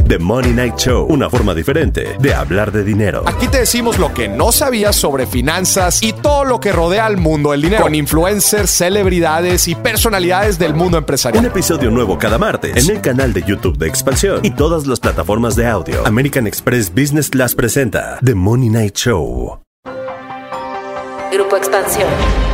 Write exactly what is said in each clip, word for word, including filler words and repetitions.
The Money Night Show, una forma diferente de hablar de dinero. Aquí te decimos lo que no sabías sobre finanzas y todo lo que rodea al mundo del dinero, con influencers, celebridades y personalidades del mundo empresarial. Un episodio nuevo cada martes en el canal de YouTube de Expansión y todas las plataformas de audio. American Express Business Class presenta The Money Night Show. Grupo Expansión.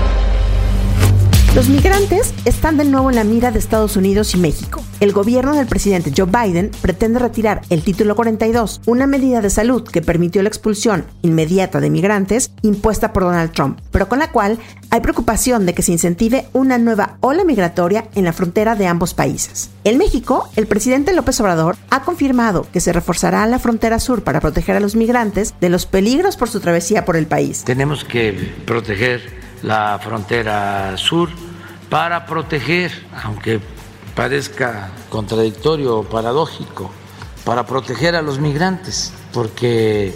Los migrantes están de nuevo en la mira de Estados Unidos y México. El gobierno del presidente Joe Biden pretende retirar el Título cuarenta y dos, una medida de salud que permitió la expulsión inmediata de migrantes impuesta por Donald Trump, pero con la cual hay preocupación de que se incentive una nueva ola migratoria en la frontera de ambos países. En México, el presidente López Obrador ha confirmado que se reforzará la frontera sur para proteger a los migrantes de los peligros por su travesía por el país. Tenemos que proteger la frontera sur para proteger, aunque parezca contradictorio o paradójico, para proteger a los migrantes, porque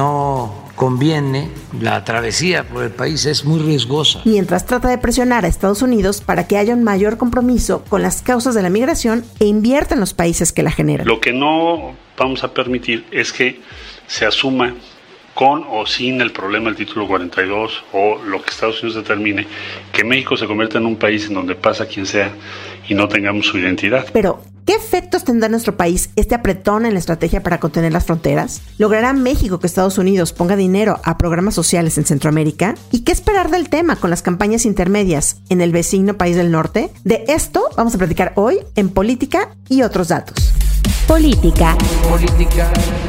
no conviene, la travesía por el país es muy riesgosa. Mientras trata de presionar a Estados Unidos para que haya un mayor compromiso con las causas de la migración e invierta en los países que la generan. Lo que no vamos a permitir es que se asuma con o sin el problema del Título cuarenta y dos o lo que Estados Unidos determine, que México se convierta en un país en donde pasa quien sea y no tengamos su identidad. Pero, ¿qué efectos tendrá en nuestro país este apretón en la estrategia para contener las fronteras? ¿Logrará México que Estados Unidos ponga dinero a programas sociales en Centroamérica? ¿Y qué esperar del tema con las campañas intermedias en el vecino país del norte? De esto vamos a platicar hoy en Política y otros datos. Política. Política.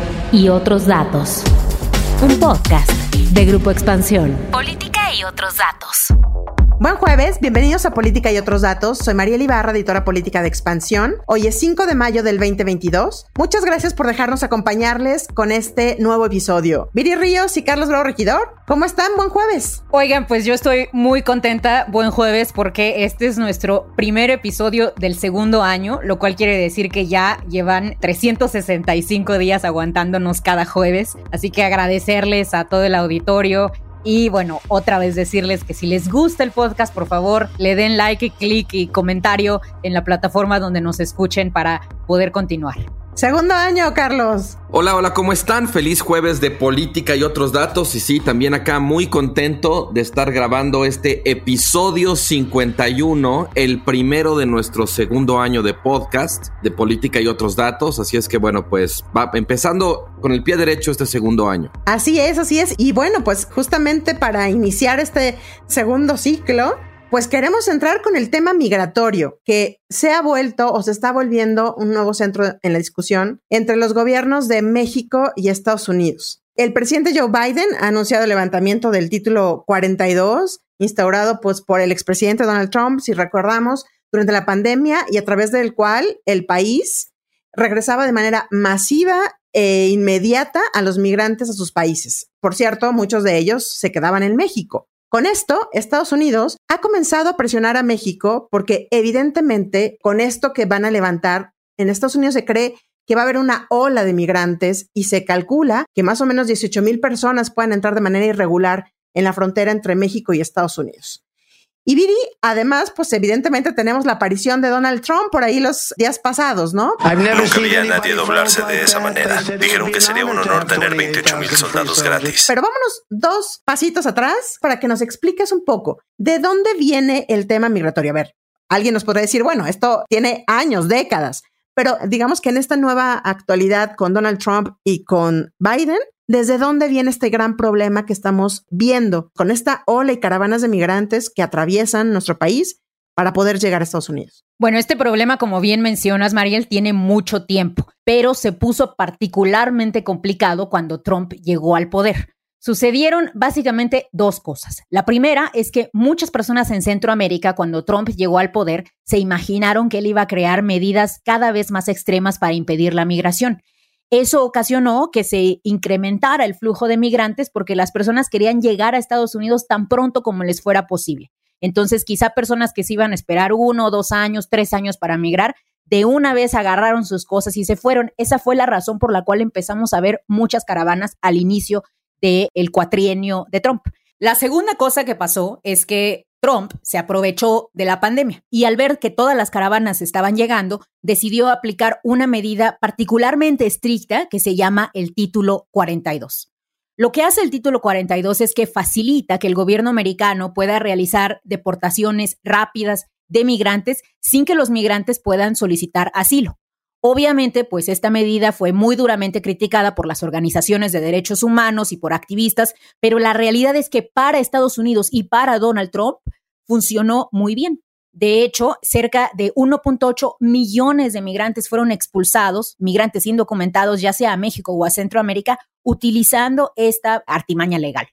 Y otros datos. Un podcast de Grupo Expansión. Política y otros datos. Buen jueves, bienvenidos a Política y otros datos. Soy Mariel Ibarra, editora política de Expansión. Hoy es cinco de mayo del veinte veintidós. Muchas gracias por dejarnos acompañarles con este nuevo episodio. Viri Ríos y Carlos Bravo Regidor, ¿cómo están? Buen jueves. Oigan, pues yo estoy muy contenta, buen jueves, porque este es nuestro primer episodio del segundo año, lo cual quiere decir que ya llevan trescientos sesenta y cinco días aguantándonos cada jueves. Así que agradecerles a todo el auditorio. Y bueno, otra vez decirles que si les gusta el podcast, por favor, le den like y click y comentario en la plataforma donde nos escuchen para poder continuar. Segundo año, Carlos. Hola, hola, ¿cómo están? Feliz jueves de Política y otros datos. Y sí, también acá muy contento de estar grabando este episodio cincuenta y uno, el primero de nuestro segundo año de podcast de Política y otros datos. Así es que bueno, pues va empezando con el pie derecho este segundo año. Así es, así es. Y bueno, pues justamente para iniciar este segundo ciclo, pues queremos entrar con el tema migratorio, que se ha vuelto o se está volviendo un nuevo centro en la discusión entre los gobiernos de México y Estados Unidos. El presidente Joe Biden ha anunciado el levantamiento del Título cuarenta y dos, instaurado pues por el expresidente Donald Trump, si recordamos, durante la pandemia, y a través del cual el país regresaba de manera masiva e inmediata a los migrantes a sus países. Por cierto, muchos de ellos se quedaban en México. Con esto, Estados Unidos ha comenzado a presionar a México porque evidentemente con esto que van a levantar, en Estados Unidos se cree que va a haber una ola de migrantes y se calcula que más o menos dieciocho mil personas puedan entrar de manera irregular en la frontera entre México y Estados Unidos. Y Viri, además, pues evidentemente tenemos la aparición de Donald Trump por ahí los días pasados, ¿no? Nunca vi a nadie doblarse de esa manera. Dijeron que sería un honor tener veintiocho mil soldados gratis. Pero vámonos dos pasitos atrás para que nos expliques un poco de dónde viene el tema migratorio. A ver, alguien nos podrá decir, bueno, esto tiene años, décadas, pero digamos que en esta nueva actualidad con Donald Trump y con Biden, ¿desde dónde viene este gran problema que estamos viendo con esta ola y caravanas de migrantes que atraviesan nuestro país para poder llegar a Estados Unidos? Bueno, este problema, como bien mencionas, Mariel, tiene mucho tiempo, pero se puso particularmente complicado cuando Trump llegó al poder. Sucedieron básicamente dos cosas. La primera es que muchas personas en Centroamérica, cuando Trump llegó al poder, se imaginaron que él iba a crear medidas cada vez más extremas para impedir la migración. Eso ocasionó que se incrementara el flujo de migrantes porque las personas querían llegar a Estados Unidos tan pronto como les fuera posible. Entonces, quizá personas que se iban a esperar uno, dos años, tres años para migrar, de una vez agarraron sus cosas y se fueron. Esa fue la razón por la cual empezamos a ver muchas caravanas al inicio del cuatrienio de Trump. La segunda cosa que pasó es que Trump se aprovechó de la pandemia y al ver que todas las caravanas estaban llegando, decidió aplicar una medida particularmente estricta que se llama el Título cuarenta y dos. Lo que hace el Título cuarenta y dos es que facilita que el gobierno americano pueda realizar deportaciones rápidas de migrantes sin que los migrantes puedan solicitar asilo. Obviamente, pues esta medida fue muy duramente criticada por las organizaciones de derechos humanos y por activistas, pero la realidad es que para Estados Unidos y para Donald Trump funcionó muy bien. De hecho, cerca de uno punto ocho millones de migrantes fueron expulsados, migrantes indocumentados, ya sea a México o a Centroamérica, utilizando esta artimaña legal.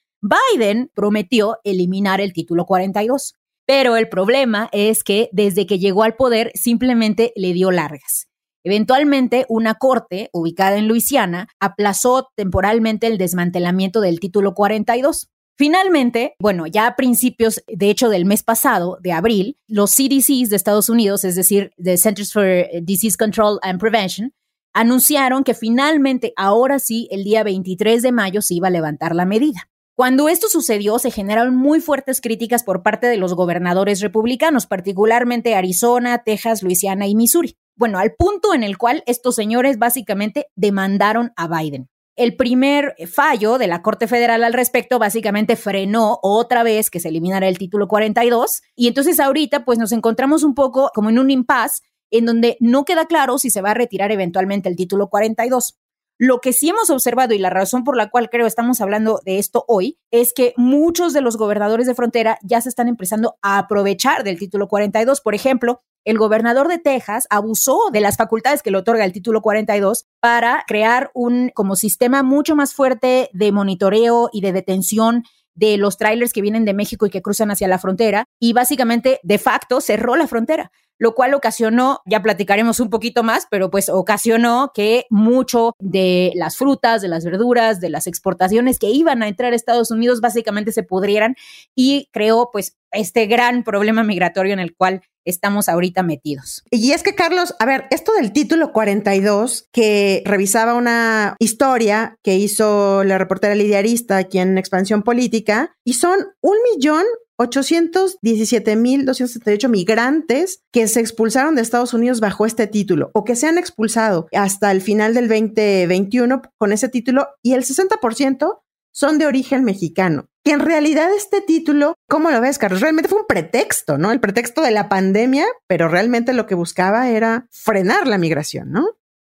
Biden prometió eliminar el Título cuarenta y dos, pero el problema es que desde que llegó al poder simplemente le dio largas. Eventualmente, una corte ubicada en Luisiana aplazó temporalmente el desmantelamiento del Título cuarenta y dos. Finalmente, bueno, ya a principios, de hecho, del mes pasado, de abril, los C D Cs de Estados Unidos, es decir, the Centers for Disease Control and Prevention, anunciaron que finalmente, ahora sí, el día veintitrés de mayo se iba a levantar la medida. Cuando esto sucedió, se generaron muy fuertes críticas por parte de los gobernadores republicanos, particularmente Arizona, Texas, Luisiana y Missouri. Bueno, al punto en el cual estos señores básicamente demandaron a Biden. El primer fallo de la Corte Federal al respecto básicamente frenó otra vez que se eliminara el Título cuarenta y dos y entonces ahorita pues nos encontramos un poco como en un impasse en donde no queda claro si se va a retirar eventualmente el Título cuarenta y dos. Lo que sí hemos observado y la razón por la cual creo estamos hablando de esto hoy es que muchos de los gobernadores de frontera ya se están empezando a aprovechar del Título cuarenta y dos. Por ejemplo, el gobernador de Texas abusó de las facultades que le otorga el Título cuarenta y dos para crear un como sistema mucho más fuerte de monitoreo y de detención de los trailers que vienen de México y que cruzan hacia la frontera y básicamente de facto cerró la frontera, lo cual ocasionó, ya platicaremos un poquito más, pero pues ocasionó que mucho de las frutas, de las verduras, de las exportaciones que iban a entrar a Estados Unidos básicamente se pudrieran y creó pues este gran problema migratorio en el cual estamos ahorita metidos. Y es que, Carlos, a ver, esto del Título cuarenta y dos, que revisaba una historia que hizo la reportera Lidia Arista aquí en Expansión Política, y son un millón ochocientos diecisiete mil doscientos setenta y ocho migrantes que se expulsaron de Estados Unidos bajo este título o que se han expulsado hasta el final del veinte veintiuno con ese título y el sesenta por ciento son de origen mexicano. Que en realidad este título, ¿cómo lo ves, Carlos? Realmente fue un pretexto, ¿no? El pretexto de la pandemia, pero realmente lo que buscaba era frenar la migración, ¿no?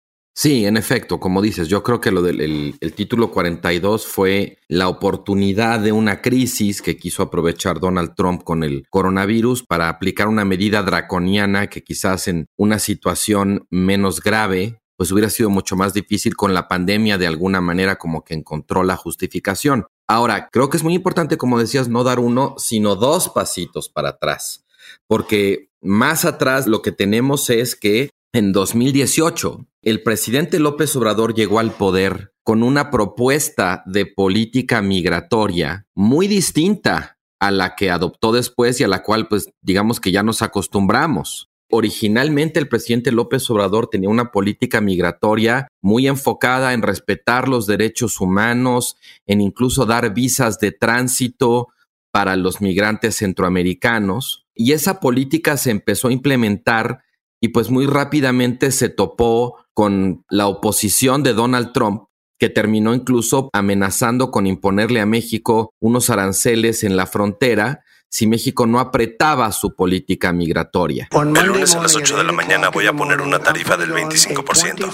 Sí, en efecto, como dices, yo creo que lo del el, el Título cuarenta y dos fue la oportunidad de una crisis que quiso aprovechar Donald Trump con el coronavirus para aplicar una medida draconiana que quizás en una situación menos grave pues hubiera sido mucho más difícil. Con la pandemia de alguna manera como que encontró la justificación. Ahora, creo que es muy importante, como decías, no dar uno, sino dos pasitos para atrás, porque más atrás lo que tenemos es que en dos mil dieciocho el presidente López Obrador llegó al poder con una propuesta de política migratoria muy distinta a la que adoptó después y a la cual, pues, digamos que ya nos acostumbramos. Originalmente el presidente López Obrador tenía una política migratoria muy enfocada en respetar los derechos humanos, en incluso dar visas de tránsito para los migrantes centroamericanos. Y esa política se empezó a implementar y pues muy rápidamente se topó con la oposición de Donald Trump, que terminó incluso amenazando con imponerle a México unos aranceles en la frontera si México no apretaba su política migratoria. El lunes a las ocho de la mañana voy a poner una tarifa del veinticinco por ciento.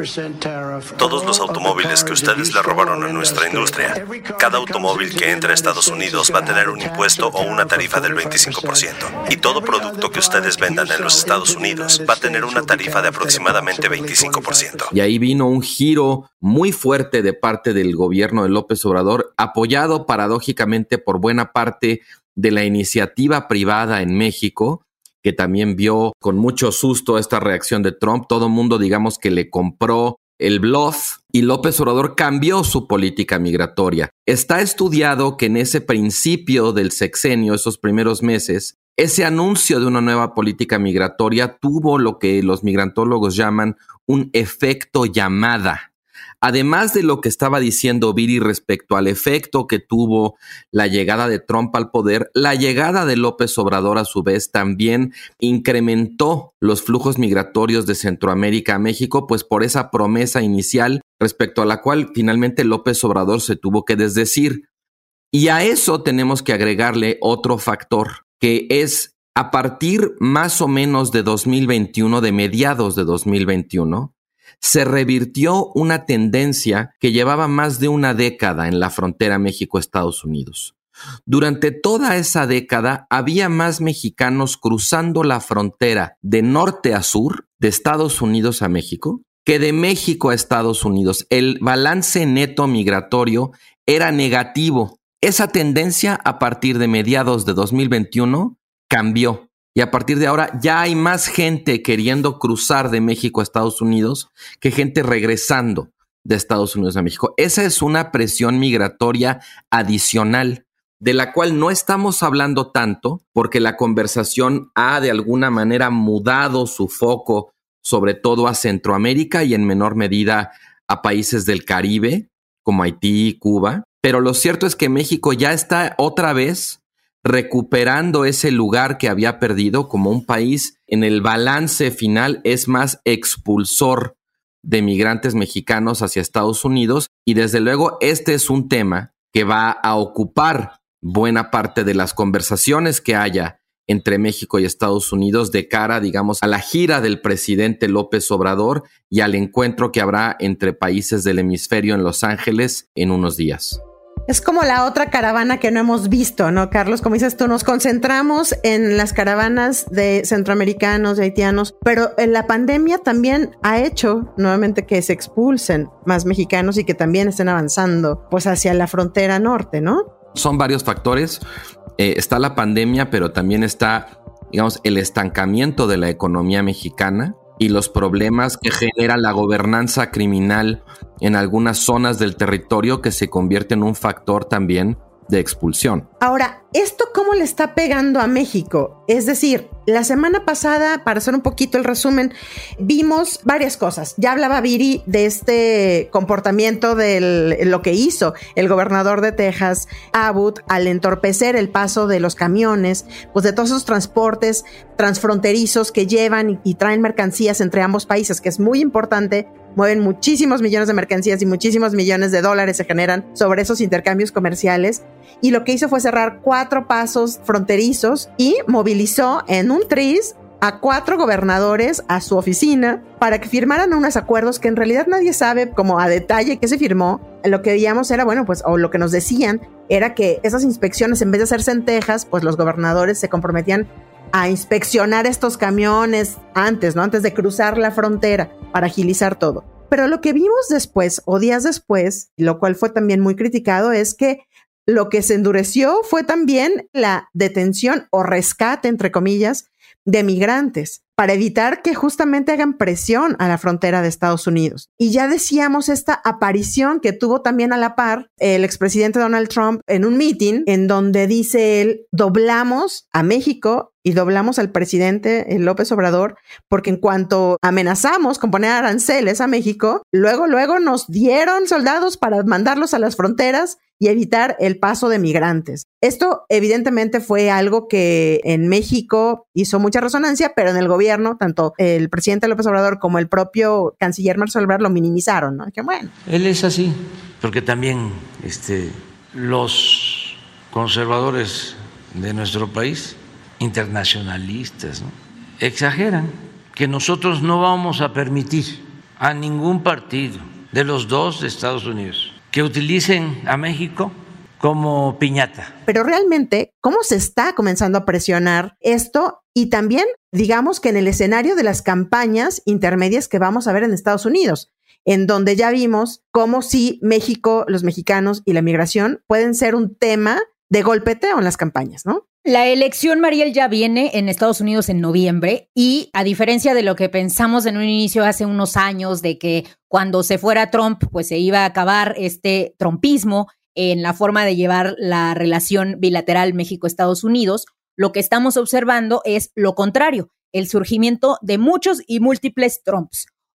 Todos los automóviles que ustedes le robaron a nuestra industria, cada automóvil que entre a Estados Unidos va a tener un impuesto o una tarifa del veinticinco por ciento. Y todo producto que ustedes vendan en los Estados Unidos va a tener una tarifa de aproximadamente veinticinco por ciento. Y ahí vino un giro muy fuerte de parte del gobierno de López Obrador, apoyado paradójicamente por buena parte de la iniciativa privada en México, que también vio con mucho susto esta reacción de Trump. Todo el mundo, digamos, que le compró el bluff y López Obrador cambió su política migratoria. Está estudiado que en ese principio del sexenio, esos primeros meses, ese anuncio de una nueva política migratoria tuvo lo que los migrantólogos llaman un efecto llamada. además de lo que estaba diciendo Viri respecto al efecto que tuvo la llegada de Trump al poder, la llegada de López Obrador a su vez también incrementó los flujos migratorios de Centroamérica a México, pues por esa promesa inicial respecto a la cual finalmente López Obrador se tuvo que desdecir. Y a eso tenemos que agregarle otro factor, que es a partir más o menos de dos mil veintiuno, de mediados de dos mil veintiuno, se revirtió una tendencia que llevaba más de una década en la frontera México-Estados Unidos. Durante toda esa década había más mexicanos cruzando la frontera de norte a sur, de Estados Unidos a México, que de México a Estados Unidos. El balance neto migratorio era negativo. Esa tendencia a partir de mediados de dos mil veintiuno cambió. Y a partir de ahora ya hay más gente queriendo cruzar de México a Estados Unidos que gente regresando de Estados Unidos a México. Esa es una presión migratoria adicional de la cual no estamos hablando tanto porque la conversación ha de alguna manera mudado su foco sobre todo a Centroamérica y en menor medida a países del Caribe como Haití y Cuba. Pero lo cierto es que México ya está otra vez recuperando ese lugar que había perdido como un país en el balance final es más expulsor de migrantes mexicanos hacia Estados Unidos, y desde luego este es un tema que va a ocupar buena parte de las conversaciones que haya entre México y Estados Unidos de cara, digamos, a la gira del presidente López Obrador y al encuentro que habrá entre países del hemisferio en Los Ángeles en unos días. Es como la otra caravana que no hemos visto, ¿no, Carlos? Como dices tú, nos concentramos en las caravanas de centroamericanos, de haitianos, pero en la pandemia también ha hecho nuevamente que se expulsen más mexicanos y que también estén avanzando pues hacia la frontera norte, ¿no? Son varios factores. Eh, está la pandemia, pero también está, digamos, el estancamiento de la economía mexicana y los problemas que genera la gobernanza criminal en algunas zonas del territorio que se convierte en un factor también de expulsión. Ahora, ¿esto cómo le está pegando a México? Es decir, la semana pasada, para hacer un poquito el resumen, vimos varias cosas. Ya hablaba Viri de este comportamiento de lo que hizo el gobernador de Texas, Abbott, al entorpecer el paso de los camiones, pues de todos esos transportes transfronterizos que llevan y traen mercancías entre ambos países, que es muy importante. Mueven muchísimos millones de mercancías y muchísimos millones de dólares se generan sobre esos intercambios comerciales. Y lo que hizo fue cerrar cuatro pasos fronterizos y movilizó en un tris a cuatro gobernadores a su oficina para que firmaran unos acuerdos que en realidad nadie sabe como a detalle qué se firmó. Lo que veíamos era, bueno, pues, o lo que nos decían era que esas inspecciones, en vez de hacerse en Texas, pues los gobernadores se comprometían a inspeccionar estos camiones antes, ¿no? Antes de cruzar la frontera para agilizar todo. Pero lo que vimos después o días después, lo cual fue también muy criticado, es que lo que se endureció fue también la detención o rescate, entre comillas, de migrantes para evitar que justamente hagan presión a la frontera de Estados Unidos. Y ya decíamos esta aparición que tuvo también a la par el expresidente Donald Trump en un meeting en donde dice él, doblamos a México y doblamos al presidente López Obrador, porque en cuanto amenazamos con poner aranceles a México, luego, luego nos dieron soldados para mandarlos a las fronteras y evitar el paso de migrantes. Esto evidentemente fue algo que en México hizo mucha resonancia, pero en el gobierno, tanto el presidente López Obrador como el propio canciller Marcelo Ebrard lo minimizaron, ¿no? Que bueno. Él es así, porque también este, los conservadores de nuestro país, internacionalistas, ¿no?, exageran que nosotros no vamos a permitir a ningún partido de los dos de Estados Unidos que utilicen a México como piñata. Pero realmente, ¿cómo se está comenzando a presionar esto? Y también, digamos que en el escenario de las campañas intermedias que vamos a ver en Estados Unidos, en donde ya vimos cómo sí México, los mexicanos y la migración pueden ser un tema de golpeteo en las campañas, ¿no? La elección, Mariel, ya viene en Estados Unidos en noviembre y a diferencia de lo que pensamos en un inicio hace unos años de que cuando se fuera Trump, pues se iba a acabar este trumpismo en la forma de llevar la relación bilateral México-Estados Unidos, lo que estamos observando es lo contrario, el surgimiento de muchos y múltiples Trumps.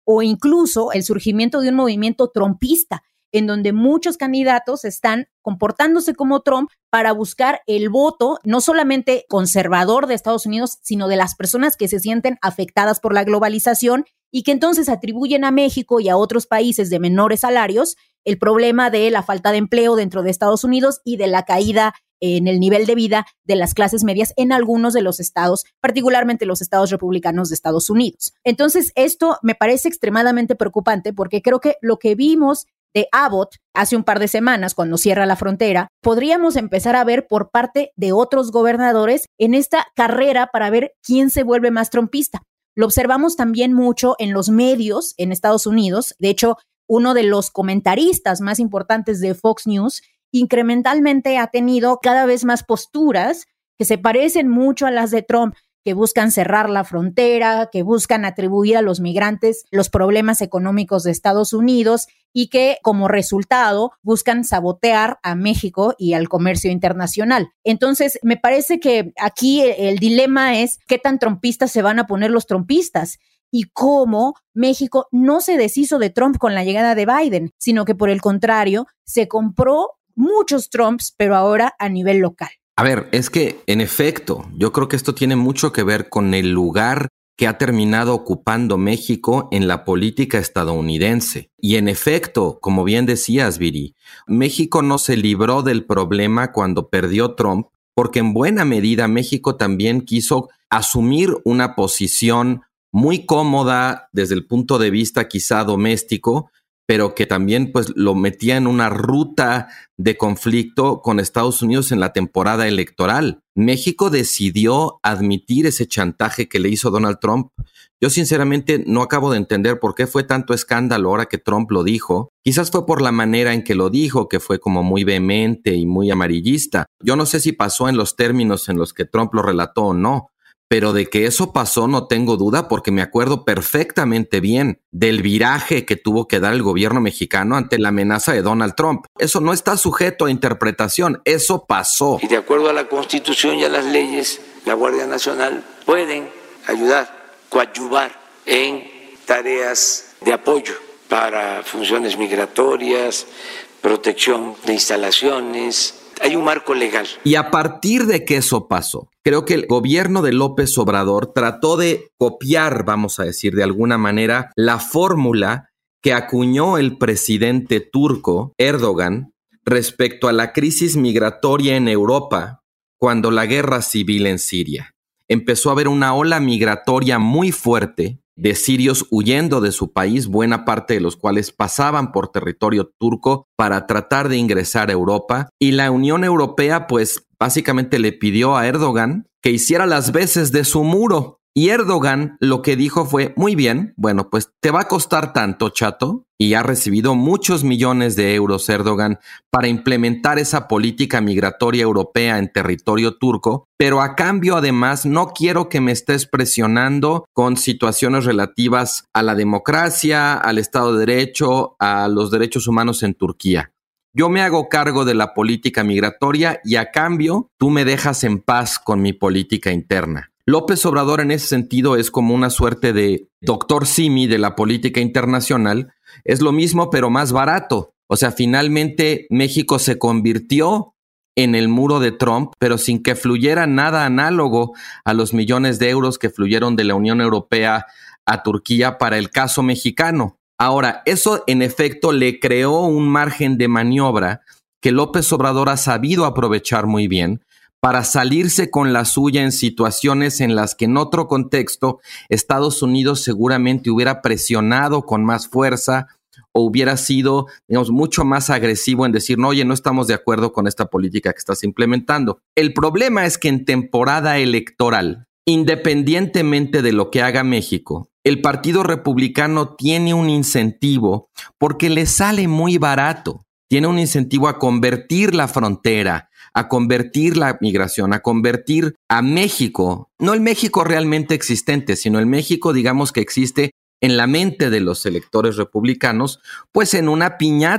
o incluso el surgimiento de un movimiento trumpista, en donde muchos candidatos están comportándose como Trump para buscar el voto no solamente conservador de Estados Unidos, sino de las personas que se sienten afectadas por la globalización y que entonces atribuyen a México y a otros países de menores salarios el problema de la falta de empleo dentro de Estados Unidos y de la caída en el nivel de vida de las clases medias en algunos de los estados, particularmente los estados republicanos de Estados Unidos. Entonces, esto me parece extremadamente preocupante porque creo que lo que vimos de Abbott hace un par de semanas, cuando cierra la frontera, podríamos empezar a ver por parte de otros gobernadores en esta carrera para ver quién se vuelve más trumpista. Lo observamos también mucho en los medios en Estados Unidos. De hecho, uno de los comentaristas más importantes de Fox News incrementalmente ha tenido cada vez más posturas que se parecen mucho a las de Trump, que buscan cerrar la frontera, que buscan atribuir a los migrantes los problemas económicos de Estados Unidos y que como resultado buscan sabotear a México y al comercio internacional. Entonces, me parece que aquí el dilema es qué tan trumpistas se van a poner los trumpistas y cómo México no se deshizo de Trump con la llegada de Biden, sino que por el contrario, se compró muchos Trumps, pero ahora a nivel local. A ver, es que en efecto, yo creo que esto tiene mucho que ver con el lugar que ha terminado ocupando México en la política estadounidense. Y en efecto, como bien decías, Viri, México no se libró del problema cuando perdió Trump, porque en buena medida México también quiso asumir una posición muy cómoda desde el punto de vista quizá doméstico, pero que también pues lo metía en una ruta de conflicto con Estados Unidos en la temporada electoral. México decidió admitir ese chantaje que le hizo Donald Trump. Yo sinceramente no acabo de entender por qué fue tanto escándalo ahora que Trump lo dijo. Quizás fue por la manera en que lo dijo, que fue como muy vehemente y muy amarillista. Yo no sé si pasó en los términos en los que Trump lo relató o no. Pero de que eso pasó no tengo duda porque me acuerdo perfectamente bien del viraje que tuvo que dar el gobierno mexicano ante la amenaza de Donald Trump. Eso no está sujeto a interpretación, eso pasó. Y de acuerdo a la Constitución y a las leyes, la Guardia Nacional pueden ayudar, coadyuvar en tareas de apoyo para funciones migratorias, protección de instalaciones. Hay un marco legal. Y a partir de que eso pasó, creo que el gobierno de López Obrador trató de copiar, vamos a decir de alguna manera, la fórmula que acuñó el presidente turco Erdogan respecto a la crisis migratoria en Europa cuando la guerra civil en Siria. Empezó a haber una ola migratoria muy fuerte de sirios huyendo de su país, buena parte de los cuales pasaban por territorio turco para tratar de ingresar a Europa. Y la Unión Europea, pues, básicamente le pidió a Erdogan que hiciera las veces de su muro. Y Erdogan lo que dijo fue, muy bien, bueno, pues te va a costar tanto, chato. Y ha recibido muchos millones de euros Erdogan para implementar esa política migratoria europea en territorio turco, pero a cambio además no quiero que me estés presionando con situaciones relativas a la democracia, al Estado de Derecho, a los derechos humanos en Turquía. Yo me hago cargo de la política migratoria y a cambio tú me dejas en paz con mi política interna. López Obrador en ese sentido es como una suerte de doctor Simi de la política internacional. Es lo mismo pero más barato. O sea, finalmente México se convirtió en el muro de Trump, pero sin que fluyera nada análogo a los millones de euros que fluyeron de la Unión Europea a Turquía para el caso mexicano. Ahora, eso en efecto le creó un margen de maniobra que López Obrador ha sabido aprovechar muy bien para salirse con la suya en situaciones en las que en otro contexto Estados Unidos seguramente hubiera presionado con más fuerza o hubiera sido, digamos, mucho más agresivo en decir, no, oye, no estamos de acuerdo con esta política que estás implementando. El problema es que en temporada electoral, independientemente de lo que haga México, el Partido Republicano tiene un incentivo porque le sale muy barato. Tiene un incentivo a convertir la frontera, a convertir la migración, a convertir a México, no el México realmente existente, sino el México, digamos, que existe en la mente de los electores republicanos, pues en una piñata.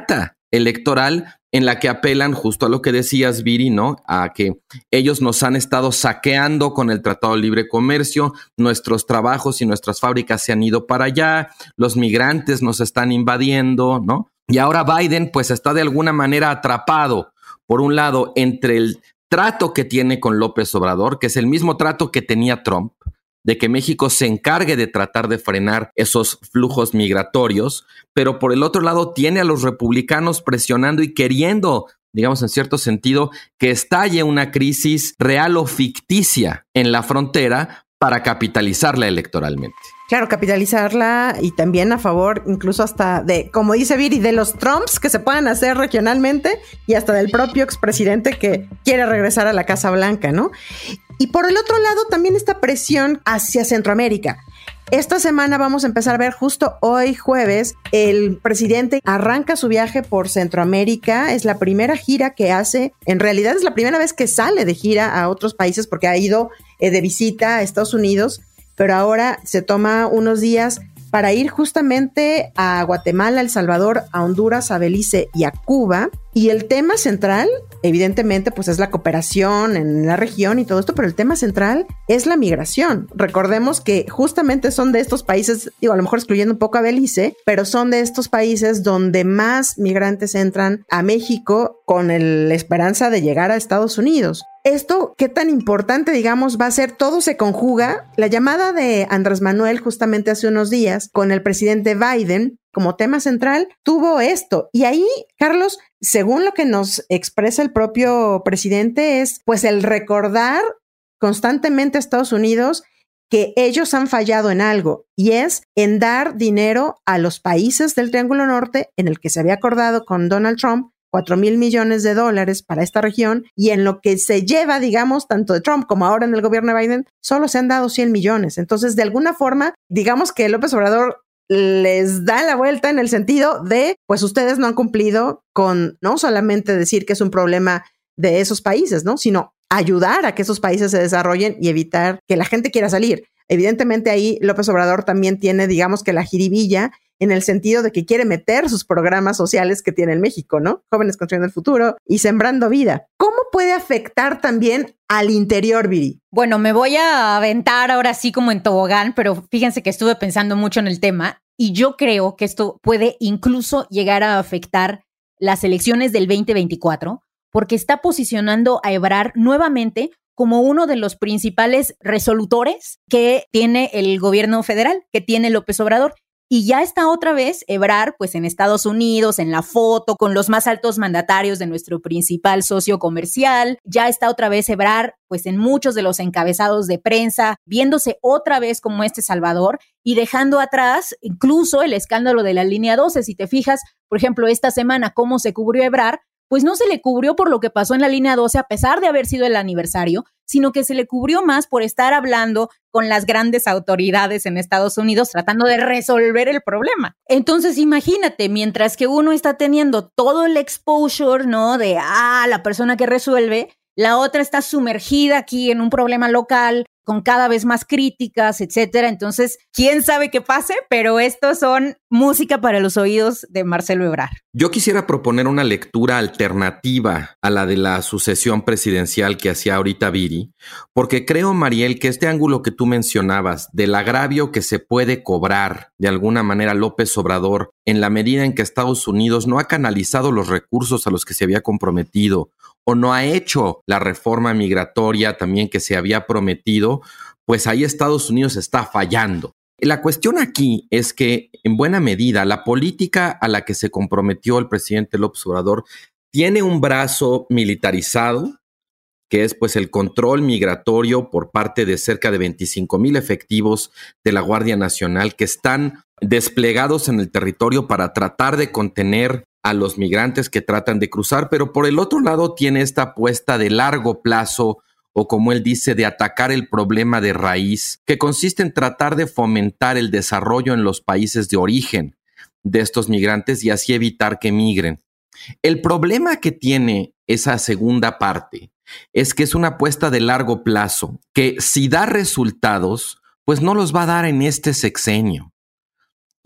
electoral en la que apelan justo a lo que decías, Viri, ¿no? A que ellos nos han estado saqueando con el Tratado de Libre Comercio, nuestros trabajos y nuestras fábricas se han ido para allá, los migrantes nos están invadiendo, ¿no? Y ahora Biden pues está de alguna manera atrapado, por un lado, entre el trato que tiene con López Obrador, que es el mismo trato que tenía Trump, de que México se encargue de tratar de frenar esos flujos migratorios, pero por el otro lado tiene a los republicanos presionando y queriendo, digamos en cierto sentido, que estalle una crisis real o ficticia en la frontera para capitalizarla electoralmente. Claro, capitalizarla y también a favor incluso hasta de, como dice Viri, de los Trumps que se puedan hacer regionalmente y hasta del propio expresidente que quiere regresar a la Casa Blanca, ¿no? Y por el otro lado también esta presión hacia Centroamérica. Esta semana vamos a empezar a ver justo hoy jueves, el presidente arranca su viaje por Centroamérica. Es la primera gira que hace, en realidad es la primera vez que sale de gira a otros países porque ha ido eh, de visita a Estados Unidos, pero ahora se toma unos días para ir justamente a Guatemala, El Salvador, a Honduras, a Belice y a Cuba. Y el tema central, evidentemente, pues es la cooperación en la región y todo esto, pero el tema central es la migración. Recordemos que justamente son de estos países, digo, a lo mejor excluyendo un poco a Belice, pero son de estos países donde más migrantes entran a México con el, la esperanza de llegar a Estados Unidos. Esto, ¿qué tan importante, digamos, va a ser? Todo se conjuga. La llamada de Andrés Manuel justamente hace unos días con el presidente Biden como tema central tuvo esto. Y ahí, Carlos, según lo que nos expresa el propio presidente, es pues el recordar constantemente a Estados Unidos que ellos han fallado en algo, y es en dar dinero a los países del Triángulo Norte, en el que se había acordado con Donald Trump cuatro mil millones de dólares para esta región, y en lo que se lleva, digamos, tanto de Trump como ahora en el gobierno de Biden, solo se han dado cien millones. Entonces, de alguna forma, digamos que López Obrador les da la vuelta en el sentido de, pues ustedes no han cumplido con no solamente decir que es un problema de esos países, ¿no? Sino ayudar a que esos países se desarrollen y evitar que la gente quiera salir. Evidentemente ahí López Obrador también tiene, digamos que la jiribilla en el sentido de que quiere meter sus programas sociales que tiene en México, ¿no? Jóvenes Construyendo el Futuro y Sembrando Vida. ¿Cómo puede afectar también al interior, Viri? Bueno, me voy a aventar ahora sí como en tobogán, pero fíjense que estuve pensando mucho en el tema y yo creo que esto puede incluso llegar a afectar las elecciones del veinte veinticuatro porque está posicionando a Ebrard nuevamente como uno de los principales resolutores que tiene el gobierno federal, que tiene López Obrador. Y ya está otra vez Ebrard, pues en Estados Unidos, en la foto, con los más altos mandatarios de nuestro principal socio comercial. Ya está otra vez Ebrard, pues en muchos de los encabezados de prensa, viéndose otra vez como este salvador y dejando atrás incluso el escándalo de la línea doce. Si te fijas, por ejemplo, esta semana, cómo se cubrió Ebrard, pues no se le cubrió por lo que pasó en la línea doce a pesar de haber sido el aniversario, sino que se le cubrió más por estar hablando con las grandes autoridades en Estados Unidos tratando de resolver el problema. Entonces imagínate, mientras que uno está teniendo todo el exposure, ¿no? De, ah, la persona que resuelve, la otra está sumergida aquí en un problema local con cada vez más críticas, etcétera. Entonces, quién sabe qué pase, pero estos son música para los oídos de Marcelo Ebrard. Yo quisiera proponer una lectura alternativa a la de la sucesión presidencial que hacía ahorita Viri, porque creo, Mariel, que este ángulo que tú mencionabas del agravio que se puede cobrar de alguna manera López Obrador en la medida en que Estados Unidos no ha canalizado los recursos a los que se había comprometido o no ha hecho la reforma migratoria también que se había prometido, pues ahí Estados Unidos está fallando. La cuestión aquí es que, en buena medida, la política a la que se comprometió el presidente López Obrador tiene un brazo militarizado, que es pues el control migratorio por parte de cerca de veinticinco mil efectivos de la Guardia Nacional que están desplegados en el territorio para tratar de contener a los migrantes que tratan de cruzar, pero por el otro lado tiene esta apuesta de largo plazo, o como él dice, de atacar el problema de raíz, que consiste en tratar de fomentar el desarrollo en los países de origen de estos migrantes y así evitar que migren. El problema que tiene esa segunda parte es que es una apuesta de largo plazo, que si da resultados, pues no los va a dar en este sexenio.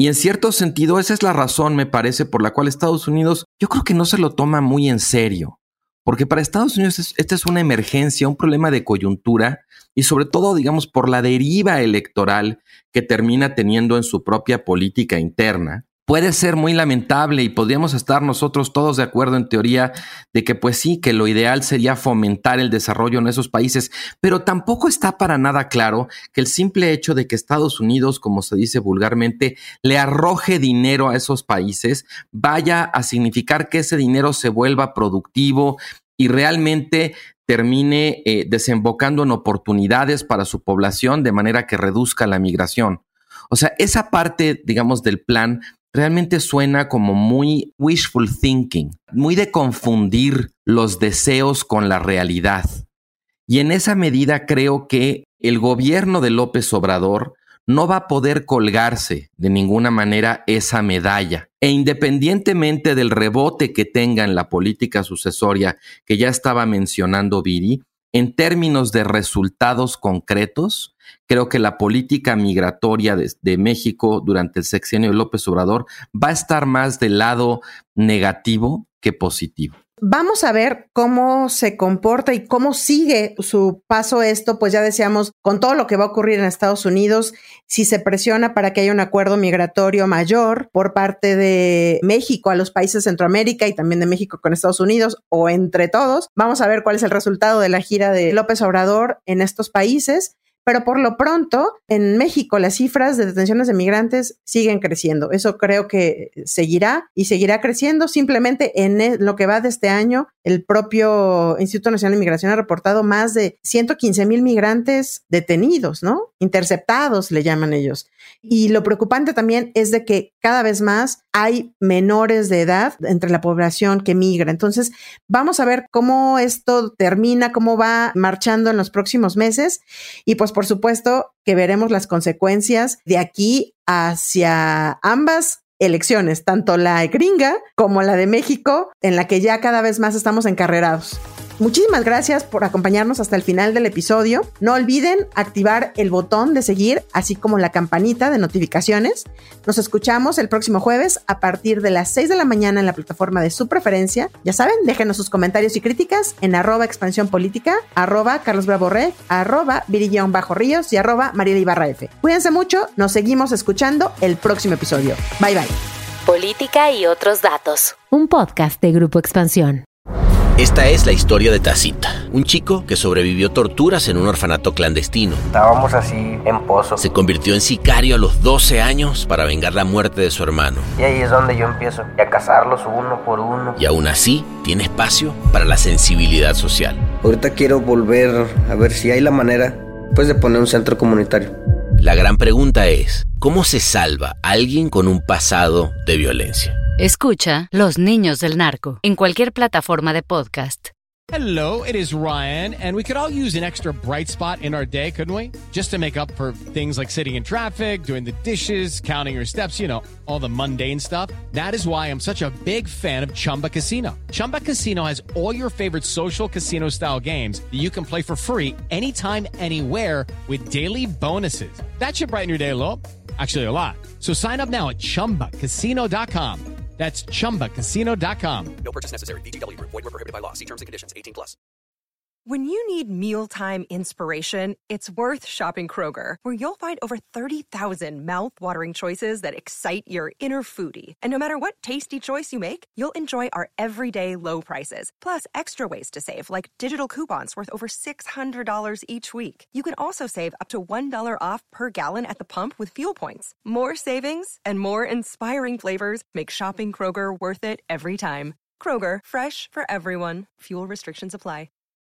Y en cierto sentido, esa es la razón, me parece, por la cual Estados Unidos, yo creo que no se lo toma muy en serio. Porque para Estados Unidos es, esta es una emergencia, un problema de coyuntura y sobre todo, digamos, por la deriva electoral que termina teniendo en su propia política interna. Puede ser muy lamentable y podríamos estar nosotros todos de acuerdo en teoría de que pues sí, que lo ideal sería fomentar el desarrollo en esos países, pero tampoco está para nada claro que el simple hecho de que Estados Unidos, como se dice vulgarmente, le arroje dinero a esos países, vaya a significar que ese dinero se vuelva productivo y realmente termine eh, desembocando en oportunidades para su población de manera que reduzca la migración. O sea, esa parte, digamos, del plan realmente suena como muy wishful thinking, muy de confundir los deseos con la realidad. Y en esa medida creo que el gobierno de López Obrador no va a poder colgarse de ninguna manera esa medalla. E independientemente del rebote que tenga en la política sucesoria que ya estaba mencionando Viri, en términos de resultados concretos, creo que la política migratoria de, de México durante el sexenio de López Obrador va a estar más del lado negativo que positivo. Vamos a ver cómo se comporta y cómo sigue su paso esto, pues ya decíamos, con todo lo que va a ocurrir en Estados Unidos, si se presiona para que haya un acuerdo migratorio mayor por parte de México a los países de Centroamérica y también de México con Estados Unidos o entre todos. Vamos a ver cuál es el resultado de la gira de López Obrador en estos países. Pero por lo pronto, en México las cifras de detenciones de migrantes siguen creciendo. Eso creo que seguirá y seguirá creciendo. Simplemente en lo que va de este año, el propio Instituto Nacional de Migración ha reportado más de ciento quince mil migrantes detenidos, ¿no? Interceptados, le llaman ellos. Y lo preocupante también es de que cada vez más hay menores de edad entre la población que migra. Entonces, vamos a ver cómo esto termina, cómo va marchando en los próximos meses. Y pues, por supuesto, que veremos las consecuencias de aquí hacia ambas elecciones, tanto la gringa como la de México, en la que ya cada vez más estamos encarrerados. Muchísimas gracias por acompañarnos hasta el final del episodio. No olviden activar el botón de seguir, así como la campanita de notificaciones. Nos escuchamos el próximo jueves a partir de las seis de la mañana en la plataforma de su preferencia. Ya saben, déjenos sus comentarios y críticas en arroba expansión política, arroba Carlos Bravo Red, arroba Viri Bajo Ríos y arroba Mariela Ibarra F. Cuídense mucho, nos seguimos escuchando el próximo episodio. Bye bye. Política y otros datos. Un podcast de Grupo Expansión. Esta es la historia de Tacita, un chico que sobrevivió torturas en un orfanato clandestino. Estábamos así en pozo. Se convirtió en sicario a los doce años para vengar la muerte de su hermano. Y ahí es donde yo empiezo a cazarlos uno por uno. Y aún así, tiene espacio para la sensibilidad social. Ahorita quiero volver a ver si hay la manera, pues, de poner un centro comunitario. La gran pregunta es, ¿cómo se salva a alguien con un pasado de violencia? Escucha Los Niños del Narco en cualquier plataforma de podcast. Hello, it is Ryan, and we could all use an extra bright spot in our day, couldn't we? Just to make up for things like sitting in traffic, doing the dishes, counting your steps, you know, all the mundane stuff. That is why I'm such a big fan of Chumba Casino. Chumba Casino has all your favorite social casino-style games that you can play for free anytime, anywhere with daily bonuses. That should brighten your day a little. Actually, a lot. So sign up now at chumba casino dot com. That's chumba casino dot com. No purchase necessary. V G W Group. Void where prohibited by law. See terms and conditions. eighteen plus. When you need mealtime inspiration, it's worth shopping Kroger, where you'll find over thirty thousand mouth-watering choices that excite your inner foodie. And no matter what tasty choice you make, you'll enjoy our everyday low prices, plus extra ways to save, like digital coupons worth over six hundred dollars each week. You can also save up to one dollar off per gallon at the pump with fuel points. More savings and more inspiring flavors make shopping Kroger worth it every time. Kroger, fresh for everyone. Fuel restrictions apply.